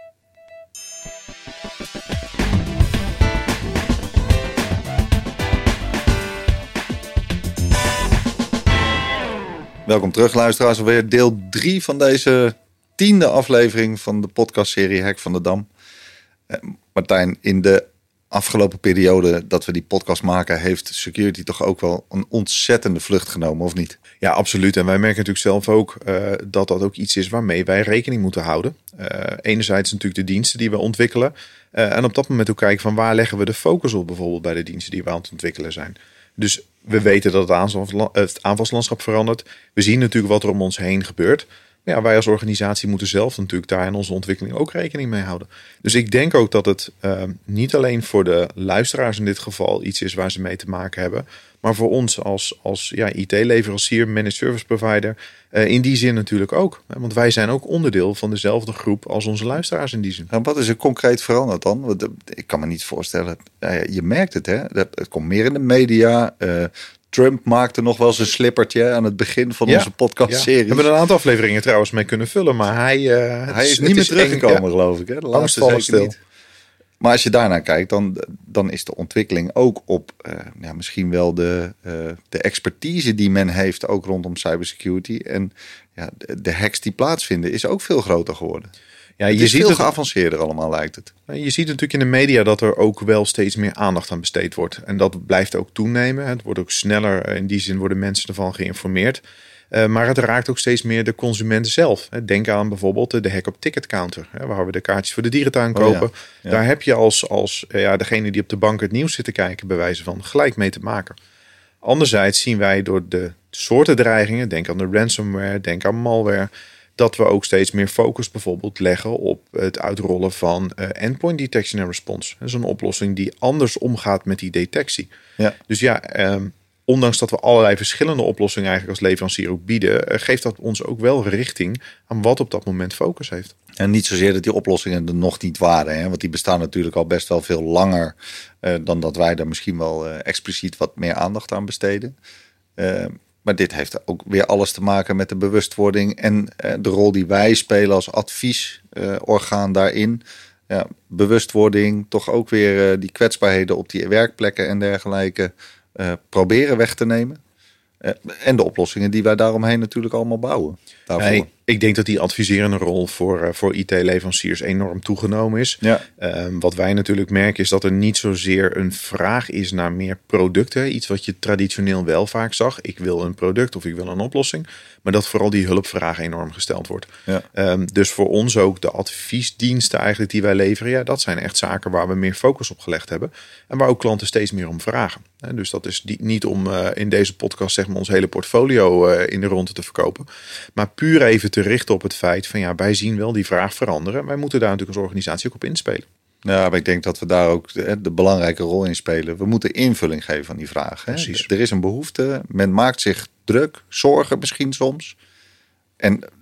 A: Welkom terug luisteraars. Alweer deel drie van deze tiende aflevering van de podcastserie Hek van de Dam. Uh, Martijn, in de afgelopen periode dat we die podcast maken, heeft security toch ook wel een ontzettende vlucht genomen, of niet?
B: Ja, absoluut. En wij merken natuurlijk zelf ook uh, dat dat ook iets is waarmee wij rekening moeten houden. Uh, enerzijds natuurlijk de diensten die we ontwikkelen. Uh, en op dat moment ook kijken van waar leggen we de focus op bijvoorbeeld bij de diensten die we aan het ontwikkelen zijn. Dus we weten dat het, aanval, het aanvalslandschap verandert. We zien natuurlijk wat er om ons heen gebeurt. Maar ja, wij als organisatie moeten zelf natuurlijk daar in onze ontwikkeling ook rekening mee houden. Dus ik denk ook dat het uh, niet alleen voor de luisteraars in dit geval iets is waar ze mee te maken hebben. Maar voor ons als, als ja, I T-leverancier, managed service provider, uh, in die zin natuurlijk ook. Want wij zijn ook onderdeel van dezelfde groep als onze luisteraars in die zin.
A: En wat is er concreet veranderd dan? Want ik kan me niet voorstellen. Je merkt het, hè? Het komt meer in de media. Uh, Trump maakte nog wel zijn slippertje aan het begin van ja, onze podcastserie.
B: Ja. We hebben een aantal afleveringen trouwens mee kunnen vullen, maar hij, uh,
A: hij is, is niet meer teruggekomen, eng, ja. geloof ik. Hè? De laatste zeker
B: stil.
A: Niet. Maar als je daarnaar kijkt, dan, dan is de ontwikkeling ook op uh, ja, misschien wel de, uh, de expertise die men heeft, ook rondom cybersecurity. En ja, de, de hacks die plaatsvinden is ook veel groter geworden. Ja, je het is ziet veel het, geavanceerder allemaal, lijkt het.
B: Je ziet natuurlijk in de media dat er ook wel steeds meer aandacht aan besteed wordt. En dat blijft ook toenemen. Het wordt ook sneller. In die zin worden mensen ervan geïnformeerd. Uh, maar het raakt ook steeds meer de consumenten zelf. Denk aan bijvoorbeeld de hack op ticket counter. Waar we de kaartjes voor de dierentuin kopen. Oh ja, ja. Daar heb je als, als ja, degene die op de bank het nieuws zit te kijken, bij wijze van gelijk mee te maken. Anderzijds zien wij door de soorten dreigingen, denk aan de ransomware, denk aan malware, dat we ook steeds meer focus bijvoorbeeld leggen op het uitrollen van uh, endpoint detection en response. Dat is een oplossing die anders omgaat met die detectie. Ja. Dus ja, um, ondanks dat we allerlei verschillende oplossingen eigenlijk als leverancier ook bieden, uh, geeft dat ons ook wel richting aan wat op dat moment focus heeft.
A: En niet zozeer dat die oplossingen er nog niet waren, hè? Want die bestaan natuurlijk al best wel veel langer uh, dan dat wij daar misschien wel uh, expliciet wat meer aandacht aan besteden. Uh, Maar dit heeft ook weer alles te maken met de bewustwording en uh, de rol die wij spelen als adviesorgaan uh, daarin. Ja, bewustwording, toch ook weer uh, die kwetsbaarheden op die werkplekken en dergelijke uh, proberen weg te nemen. Uh, en de oplossingen die wij daaromheen natuurlijk allemaal bouwen.
B: Nee, ik denk dat die adviserende rol voor, uh, voor I T-leveranciers enorm toegenomen is. Ja. Uh, wat wij natuurlijk merken is dat er niet zozeer een vraag is naar meer producten. Iets wat je traditioneel wel vaak zag. Ik wil een product of ik wil een oplossing. Maar dat vooral die hulpvraag enorm gesteld wordt. Ja. Um, dus voor ons ook de adviesdiensten eigenlijk die wij leveren. Ja, dat zijn echt zaken waar we meer focus op gelegd hebben. En waar ook klanten steeds meer om vragen. Uh, dus dat is die, niet om uh, in deze podcast zeg maar ons hele portfolio uh, in de ronde te verkopen. Maar puur even te richten op het feit van ja, wij zien wel die vraag veranderen. Wij moeten daar natuurlijk als organisatie ook op inspelen.
A: Ja, maar ik denk dat we daar ook de, de belangrijke rol in spelen. We moeten invulling geven aan die vraag. Hè? Er is een behoefte. Men maakt zich druk, zorgen misschien soms. En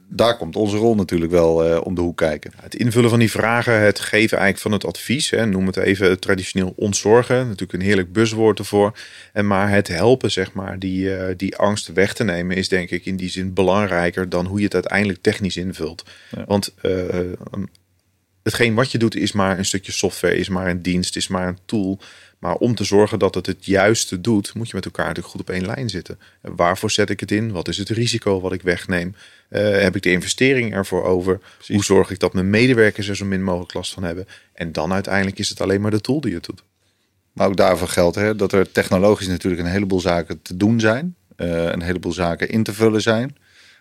A: daar komt onze rol natuurlijk wel uh, om de hoek kijken.
B: Het invullen van die vragen, het geven eigenlijk van het advies. Hè, noem het even traditioneel ontzorgen. Natuurlijk een heerlijk buzzwoord ervoor. En maar het helpen, zeg maar, die, uh, die angst weg te nemen is denk ik in die zin belangrijker dan hoe je het uiteindelijk technisch invult. Ja. Want uh, hetgeen wat je doet is maar een stukje software, is maar een dienst, is maar een tool. Maar om te zorgen dat het het juiste doet, moet je met elkaar natuurlijk goed op één lijn zitten. En waarvoor zet ik het in? Wat is het risico wat ik wegneem? Uh, heb ik de investering ervoor over? Precies. Hoe zorg ik dat mijn medewerkers er zo min mogelijk last van hebben? En dan uiteindelijk is het alleen maar de tool die het doet.
A: Maar ook daarvoor geldt hè, dat er technologisch natuurlijk een heleboel zaken te doen zijn. Uh, een heleboel zaken in te vullen zijn.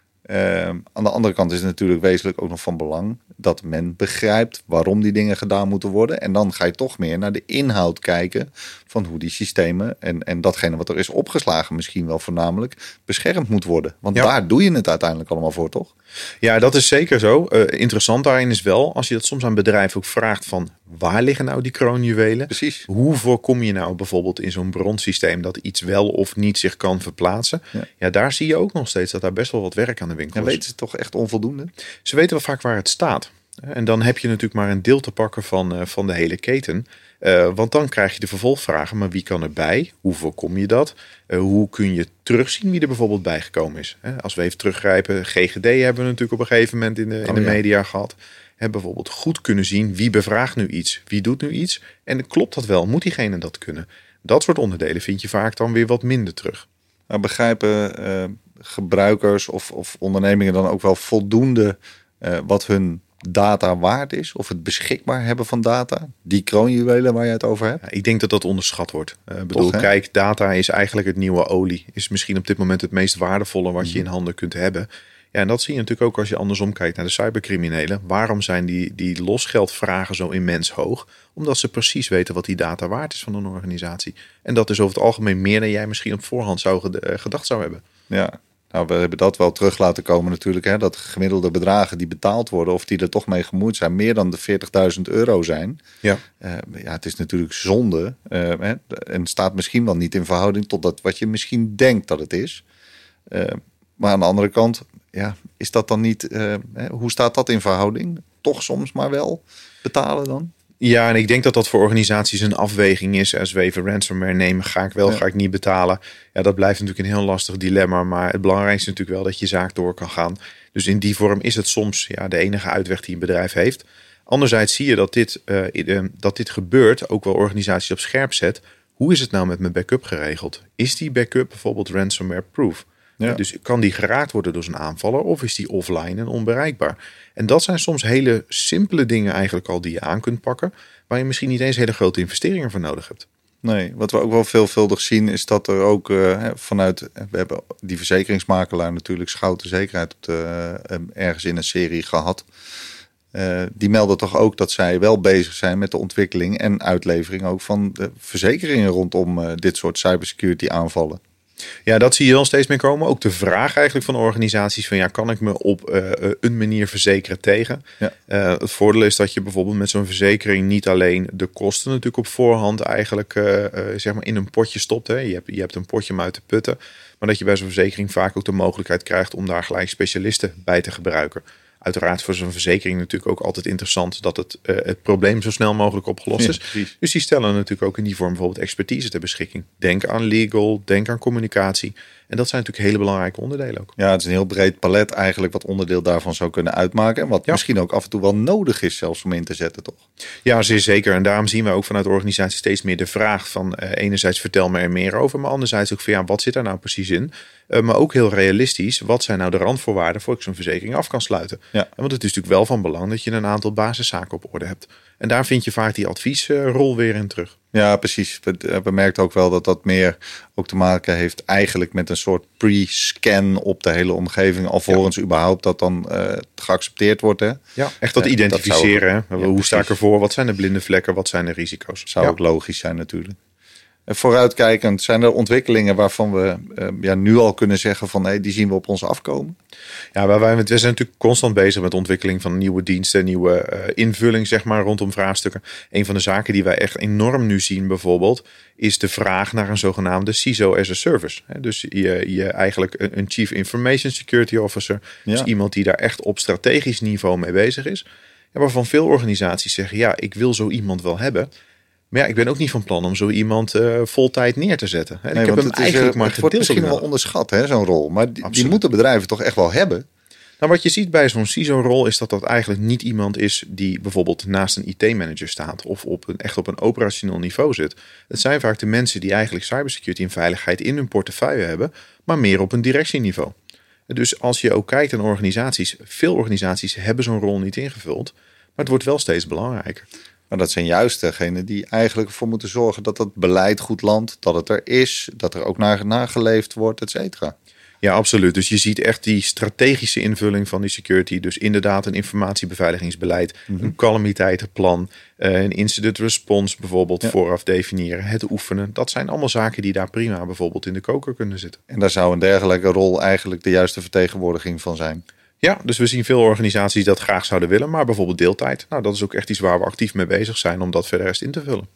A: Uh, aan de andere kant is het natuurlijk wezenlijk ook nog van belang dat men begrijpt waarom die dingen gedaan moeten worden. En dan ga je toch meer naar de inhoud kijken van hoe die systemen en, en datgene wat er is opgeslagen misschien wel voornamelijk beschermd moet worden. Want ja. daar doe je het uiteindelijk allemaal voor, toch?
B: Ja, dat is zeker zo. Uh, interessant daarin is wel, als je dat soms aan bedrijven ook vraagt van waar liggen nou die kroonjuwelen?
A: Precies.
B: Hoe voorkom je nou bijvoorbeeld in zo'n bronsysteem dat iets wel of niet zich kan verplaatsen? Ja, ja daar zie je ook nog steeds dat daar best wel wat werk aan de winkel is.
A: En weten ze toch echt onvoldoende?
B: Ze weten wel vaak waar het staat. En dan heb je natuurlijk maar een deel te pakken van, uh, van de hele keten. Uh, want dan krijg je de vervolgvragen. Maar wie kan erbij? Hoe voorkom je dat? Uh, hoe kun je terugzien wie er bijvoorbeeld bijgekomen is? Uh, als we even teruggrijpen. G G D hebben we natuurlijk op een gegeven moment in de, in de oh, ja. media gehad. He, bijvoorbeeld goed kunnen zien wie bevraagt nu iets. Wie doet nu iets? En klopt dat wel? Moet diegene dat kunnen? Dat soort onderdelen vind je vaak dan weer wat minder terug.
A: Maar begrijpen uh, gebruikers of, of ondernemingen dan ook wel voldoende uh, wat hun data waard is? Of het beschikbaar hebben van data? Die kroonjuwelen waar je het over hebt?
B: Ja, ik denk dat dat onderschat wordt. Ik uh, bedoel, Toch, kijk, data is eigenlijk het nieuwe olie. Is misschien op dit moment het meest waardevolle wat je in handen kunt hebben. Ja, en dat zie je natuurlijk ook als je andersom kijkt naar de cybercriminelen. Waarom zijn die, die losgeldvragen zo immens hoog? Omdat ze precies weten wat die data waard is van een organisatie. En dat is over het algemeen meer dan jij misschien op voorhand zou gedacht zou hebben.
A: Ja, nou, we hebben dat wel terug laten komen natuurlijk. Hè, dat gemiddelde bedragen die betaald worden of die er toch mee gemoeid zijn, meer dan de veertigduizend euro zijn.
B: Ja.
A: Uh, ja, het is natuurlijk zonde. Uh, hè, en staat misschien wel niet in verhouding tot dat wat je misschien denkt dat het is. Uh, maar aan de andere kant, ja, is dat dan niet, uh, hè, hoe staat dat in verhouding? Toch soms maar wel betalen dan?
B: Ja, en ik denk dat dat voor organisaties een afweging is. Als we even ransomware nemen, ga ik wel, ja. ga ik niet betalen? Ja, dat blijft natuurlijk een heel lastig dilemma. Maar het belangrijkste is natuurlijk wel dat je zaak door kan gaan. Dus in die vorm is het soms ja, de enige uitweg die een bedrijf heeft. Anderzijds zie je dat dit, uh, dat dit gebeurt, ook wel organisaties op scherp zet. Hoe is het nou met mijn backup geregeld? Is die backup bijvoorbeeld ransomware-proof? Ja. Dus kan die geraakt worden door zijn aanvaller of is die offline en onbereikbaar? En dat zijn soms hele simpele dingen eigenlijk al die je aan kunt pakken, waar je misschien niet eens hele grote investeringen voor nodig hebt.
A: Nee, wat we ook wel veelvuldig zien is dat er ook uh, vanuit, we hebben die verzekeringsmakelaar natuurlijk Schouten Zekerheid op de, uh, ergens in een serie gehad. Uh, die melden toch ook dat zij wel bezig zijn met de ontwikkeling en uitlevering ook van de verzekeringen rondom uh, dit soort cybersecurity aanvallen.
B: Ja, dat zie je dan steeds meer komen. Ook de vraag eigenlijk van organisaties van ja, kan ik me op uh, een manier verzekeren tegen? Ja. Uh, het voordeel is dat je bijvoorbeeld met zo'n verzekering niet alleen de kosten natuurlijk op voorhand eigenlijk uh, uh, zeg maar in een potje stopt. Hè. Je hebt, je hebt een potje om uit te putten. Maar dat je bij zo'n verzekering vaak ook de mogelijkheid krijgt om daar gelijk specialisten bij te gebruiken. Uiteraard voor zo'n verzekering natuurlijk ook altijd interessant dat het, uh, het probleem zo snel mogelijk opgelost is. Ja, dus die stellen natuurlijk ook in die vorm bijvoorbeeld expertise ter beschikking. Denk aan legal, denk aan communicatie. En dat zijn natuurlijk hele belangrijke onderdelen ook.
A: Ja, het is een heel breed palet eigenlijk wat onderdeel daarvan zou kunnen uitmaken. En wat ja. misschien ook af en toe wel nodig is zelfs om in te zetten, toch?
B: Ja, zeer zeker. En daarom zien we ook vanuit de organisatie steeds meer de vraag van uh, enerzijds vertel me er meer over, maar anderzijds ook van ja, wat zit daar nou precies in? Uh, maar ook heel realistisch, wat zijn nou de randvoorwaarden voor ik zo'n verzekering af kan sluiten? Ja. En want het is natuurlijk wel van belang dat je een aantal basiszaken op orde hebt. En daar vind je vaak die adviesrol weer in terug.
A: Ja, precies. We, we merken ook wel dat dat meer ook te maken heeft eigenlijk met een soort pre-scan op de hele omgeving. Alvorens ja. überhaupt dat dan uh, geaccepteerd wordt. Hè?
B: Ja, echt dat identificeren. Dat ook, ja, hoe precies. sta ik ervoor? Wat zijn de blinde vlekken? Wat zijn de risico's?
A: Zou
B: ja.
A: ook logisch zijn natuurlijk. En vooruitkijkend, zijn er ontwikkelingen waarvan we uh, ja, nu al kunnen zeggen van hey, die zien we op ons afkomen?
B: Ja, wij, wij, we zijn natuurlijk constant bezig met de ontwikkeling van nieuwe diensten, nieuwe uh, invulling zeg maar rondom vraagstukken. Een van de zaken die wij echt enorm nu zien bijvoorbeeld, is de vraag naar een zogenaamde C I S O as a service. Dus je, je eigenlijk een Chief Information Security Officer, ja. Dus iemand die daar echt op strategisch niveau mee bezig is. Ja, waarvan veel organisaties zeggen, ja, ik wil zo iemand wel hebben. Maar ja, ik ben ook niet van plan om zo iemand uh, vol tijd neer te zetten. Hè. Nee, ik heb hem eigenlijk is, maar
A: het wordt misschien wel onderschat, hè, zo'n rol. Maar die, die moeten bedrijven toch echt wel hebben?
B: Nou, wat je ziet bij zo'n C I S O-rol is dat dat eigenlijk niet iemand is die bijvoorbeeld naast een I T-manager staat of op een, echt op een operationeel niveau zit. Het zijn vaak de mensen die eigenlijk cybersecurity en veiligheid in hun portefeuille hebben, maar meer op een directieniveau. Dus als je ook kijkt naar organisaties, veel organisaties hebben zo'n rol niet ingevuld, maar het wordt wel steeds belangrijker.
A: Maar dat zijn juist degenen die eigenlijk ervoor moeten zorgen dat het beleid goed landt, dat het er is, dat er ook naar nageleefd wordt, et cetera.
B: Ja, absoluut. Dus je ziet echt die strategische invulling van die security. Dus inderdaad een informatiebeveiligingsbeleid, mm-hmm. een calamiteitenplan, een incident response bijvoorbeeld ja. vooraf definiëren, het oefenen. Dat zijn allemaal zaken die daar prima bijvoorbeeld in de koker kunnen zitten.
A: En daar zou een dergelijke rol eigenlijk de juiste vertegenwoordiging van zijn.
B: Ja, dus we zien veel organisaties die dat graag zouden willen, maar bijvoorbeeld deeltijd. Nou, dat is ook echt iets waar we actief mee bezig zijn om dat verder eens in te vullen.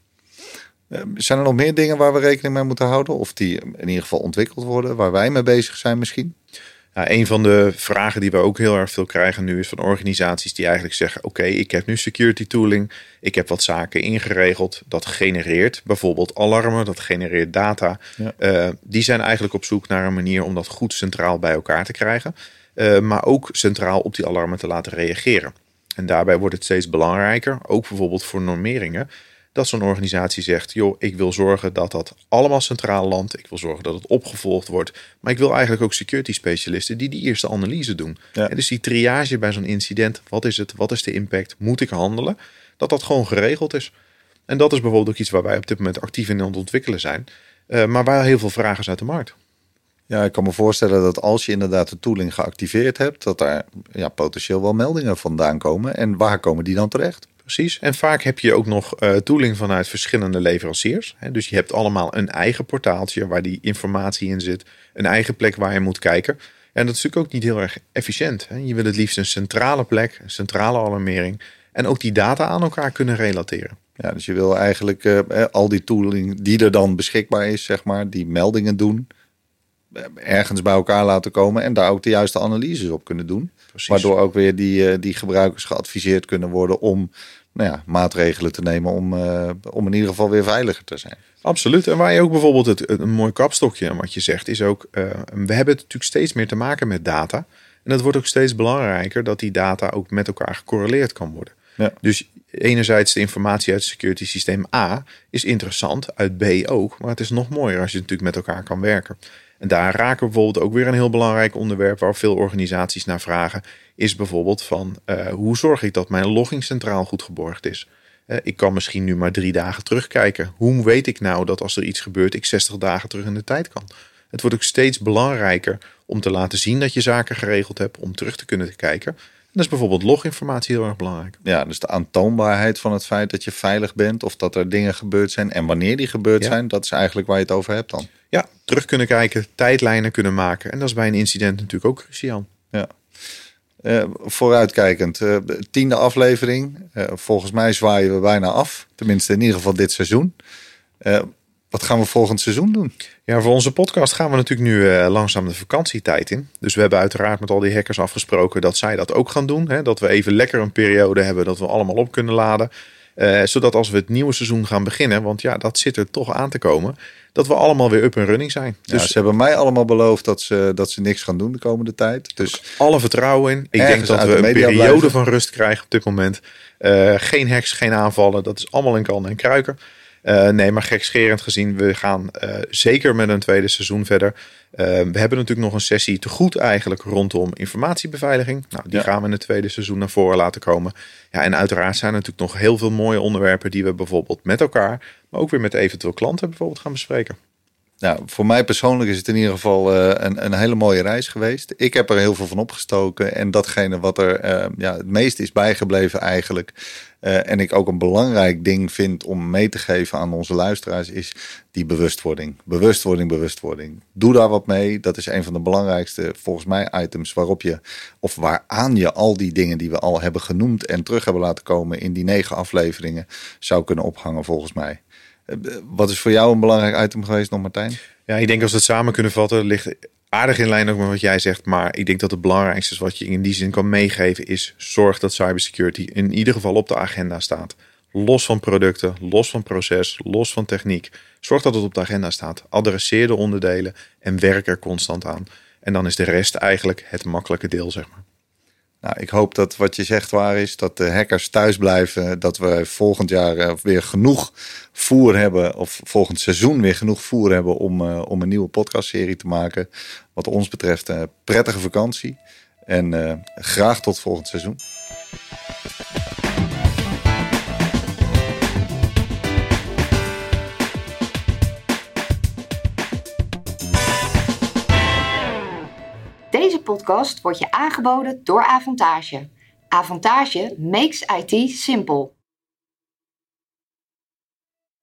A: Zijn er nog meer dingen waar we rekening mee moeten houden? Of die in ieder geval ontwikkeld worden, waar wij mee bezig zijn misschien?
B: Ja, een van de vragen die we ook heel erg veel krijgen nu is van organisaties die eigenlijk zeggen, oké, okay, ik heb nu security tooling, ik heb wat zaken ingeregeld, dat genereert bijvoorbeeld alarmen, dat genereert data. Ja. Uh, die zijn eigenlijk op zoek naar een manier om dat goed centraal bij elkaar te krijgen. Uh, maar ook centraal op die alarmen te laten reageren. En daarbij wordt het steeds belangrijker, ook bijvoorbeeld voor normeringen, dat zo'n organisatie zegt, joh, ik wil zorgen dat dat allemaal centraal landt. Ik wil zorgen dat het opgevolgd wordt. Maar ik wil eigenlijk ook security specialisten die die eerste analyse doen. Ja. En dus die triage bij zo'n incident, wat is het, wat is de impact, moet ik handelen? Dat dat gewoon geregeld is. En dat is bijvoorbeeld ook iets waar wij op dit moment actief in aan het ontwikkelen zijn. Uh, maar waar heel veel vragen is uit de markt.
A: Ja, ik kan me voorstellen dat als je inderdaad de tooling geactiveerd hebt, dat daar ja, potentieel wel meldingen vandaan komen. En waar komen die dan terecht?
B: Precies. En vaak heb je ook nog uh, tooling vanuit verschillende leveranciers. Hè? Dus je hebt allemaal een eigen portaaltje waar die informatie in zit. Een eigen plek waar je moet kijken. En dat is natuurlijk ook niet heel erg efficiënt. Hè? Je wil het liefst een centrale plek, een centrale alarmering. En ook die data aan elkaar kunnen relateren.
A: Ja, dus je wil eigenlijk uh, al die tooling die er dan beschikbaar is, zeg maar, die meldingen doen, ergens bij elkaar laten komen en daar ook de juiste analyses op kunnen doen. Precies. Waardoor ook weer die, die gebruikers geadviseerd kunnen worden om nou ja, maatregelen te nemen om, uh, om in ieder geval weer veiliger te zijn.
B: Absoluut. En waar je ook bijvoorbeeld het, een mooi kapstokje aan wat je zegt is ook, uh, we hebben het natuurlijk steeds meer te maken met data. En het wordt ook steeds belangrijker dat die data ook met elkaar gecorreleerd kan worden. Ja. Dus enerzijds de informatie uit het security systeem A is interessant, uit B ook. Maar het is nog mooier als je natuurlijk met elkaar kan werken. En daar raken we bijvoorbeeld ook weer een heel belangrijk onderwerp waar veel organisaties naar vragen. Is bijvoorbeeld van uh, hoe zorg ik dat mijn logging centraal goed geborgd is? Uh, ik kan misschien nu maar drie dagen terugkijken. Hoe weet ik nou dat als er iets gebeurt ik zestig dagen terug in de tijd kan? Het wordt ook steeds belangrijker om te laten zien dat je zaken geregeld hebt om terug te kunnen kijken. En dat is bijvoorbeeld loginformatie heel erg belangrijk.
A: Ja, dus de aantoonbaarheid van het feit dat je veilig bent of dat er dingen gebeurd zijn en wanneer die gebeurd ja. zijn, dat is eigenlijk waar je het over hebt dan.
B: Ja, terug kunnen kijken, tijdlijnen kunnen maken. En dat is bij een incident natuurlijk ook cruciaal.
A: Ja. Uh, vooruitkijkend, uh, tiende aflevering. Uh, volgens mij zwaaien we bijna af. Tenminste in ieder geval dit seizoen. Uh, wat gaan we volgend seizoen doen?
B: Ja, voor onze podcast gaan we natuurlijk nu uh, langzaam de vakantietijd in. Dus we hebben uiteraard met al die hackers afgesproken dat zij dat ook gaan doen. Hè? Dat we even lekker een periode hebben dat we allemaal op kunnen laden. Uh, zodat als we het nieuwe seizoen gaan beginnen, want ja, dat zit er toch aan te komen, dat we allemaal weer up en running zijn.
A: Ja, dus ze hebben mij allemaal beloofd dat ze, dat ze niks gaan doen de komende tijd. Dus
B: alle vertrouwen in. Ik denk dat we een periode blijven. van rust krijgen op dit moment. Uh, geen hacks, geen aanvallen. Dat is allemaal in kan en kruiken. Uh, nee, maar gekscherend gezien, we gaan uh, zeker met een tweede seizoen verder. Uh, we hebben natuurlijk nog een sessie te goed eigenlijk rondom informatiebeveiliging. Nou, die ja. gaan we in het tweede seizoen naar voren laten komen. Ja, en uiteraard zijn er natuurlijk nog heel veel mooie onderwerpen die we bijvoorbeeld met elkaar, maar ook weer met eventueel klanten bijvoorbeeld gaan bespreken.
A: Nou, voor mij persoonlijk is het in ieder geval uh, een, een hele mooie reis geweest. Ik heb er heel veel van opgestoken. En datgene wat er uh, ja, het meest is bijgebleven eigenlijk. Uh, en ik ook een belangrijk ding vind om mee te geven aan onze luisteraars, is die bewustwording. Bewustwording, bewustwording. Doe daar wat mee. Dat is een van de belangrijkste, volgens mij, items waarop je, of waaraan je al die dingen die we al hebben genoemd en terug hebben laten komen in die negen afleveringen zou kunnen ophangen, volgens mij. Wat is voor jou een belangrijk item geweest nog, Martijn?
B: Ja, ik denk als we het samen kunnen vatten, ligt aardig in lijn ook met wat jij zegt. Maar ik denk dat het belangrijkste is wat je in die zin kan meegeven is zorg dat cybersecurity in ieder geval op de agenda staat. Los van producten, los van proces, los van techniek. Zorg dat het op de agenda staat. Adresseer de onderdelen en werk er constant aan. En dan is de rest eigenlijk het makkelijke deel, zeg maar.
A: Nou, ik hoop dat wat je zegt waar is, dat de hackers thuis blijven, dat we volgend jaar weer genoeg voer hebben, of volgend seizoen weer genoeg voer hebben om, uh, om een nieuwe podcastserie te maken. Wat ons betreft een uh, prettige vakantie en uh, graag tot volgend seizoen.
C: Deze podcast wordt je aangeboden door Avantage. Avantage makes I T simple.